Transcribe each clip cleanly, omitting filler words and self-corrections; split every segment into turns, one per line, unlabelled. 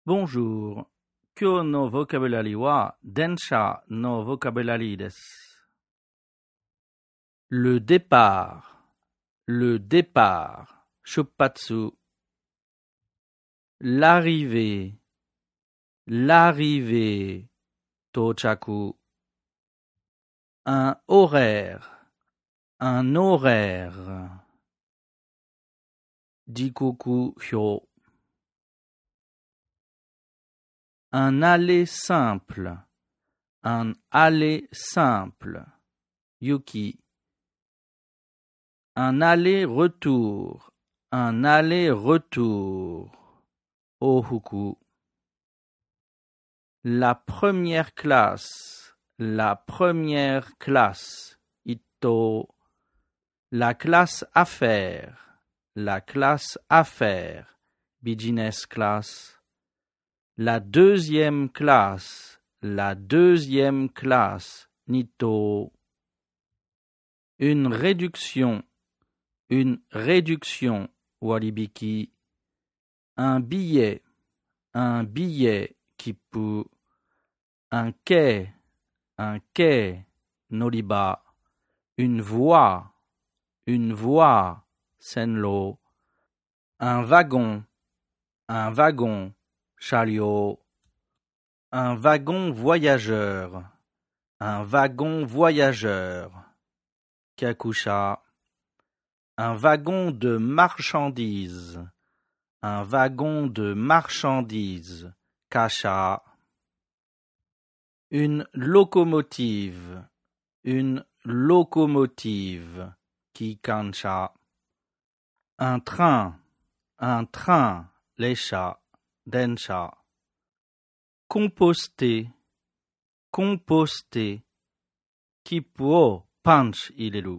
Bonjour. Kyo no vocabulary wa densha no vocabulary desu. Le départ. Le départ. Shuppatsu. L'arrivée. L'arrivée. Tochaku. Un horaire. Un horaire. Jikoku hyo. Un aller simple. Un aller simple. Yuki. Un aller-retour. Un aller-retour. Ohuku. La première classe. La première classe. Ito. La classe affaires. La classe affaires. Business class. La deuxième classe. La deuxième classe. Nito. Une réduction. Une réduction. Waribiki. Un billet. Un billet. Kippu. Un quai. Un quai. Noriba. Une voie. Une voie. Senlo. Un wagon. Un wagon. Chariot. Un wagon voyageur. Un wagon voyageur. Kakusha. Un wagon de marchandises. Un wagon de marchandises. Kasha. Une locomotive. Une locomotive. Kikansha. Un train. Un train. Lesha. Densha. Composter. Composter. Kippuo punch ilelu.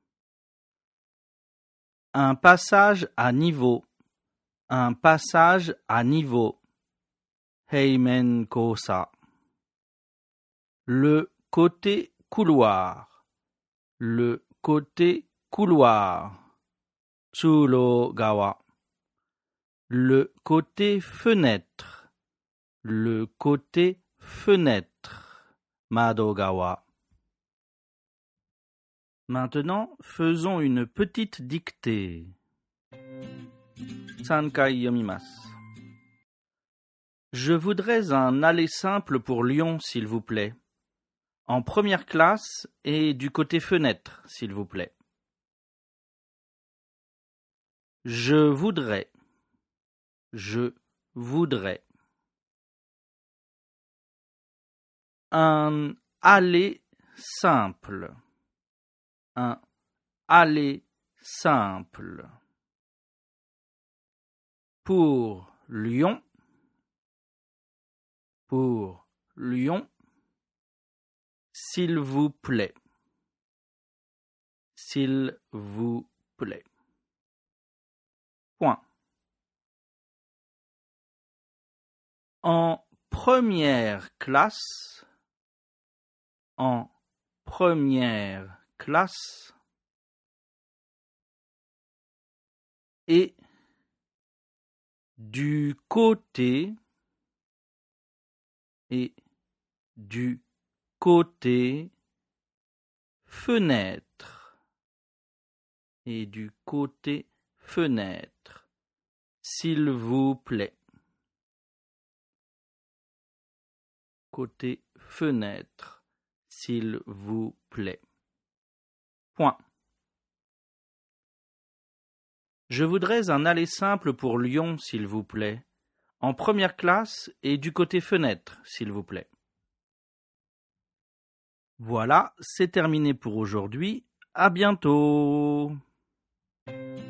Un passage à niveau. Un passage à niveau. Heimen kosa. Le côté couloir. Le côté couloir. Tsulo gawa. Le côté fenêtre. Le côté fenêtre. Madogawa. Maintenant, faisons une petite dictée. Sankai yomimasu. Je voudrais un aller simple pour Lyon, s'il vous plaît. En première classe et du côté fenêtre, s'il vous plaît. Je voudrais. Je voudrais. Un aller simple. Un aller simple. Pour Lyon. Pour Lyon. S'il vous plaît. S'il vous plaît. Point. En première classe. En première classe. Et du côté. Et du côté fenêtre. Et du côté fenêtre. S'il vous plaît. Côté fenêtre. S'il vous plaît. Point. Je voudrais un aller simple pour Lyon, s'il vous plaît. En première classe et du côté fenêtre, s'il vous plaît. Voilà, c'est terminé pour aujourd'hui. À bientôt.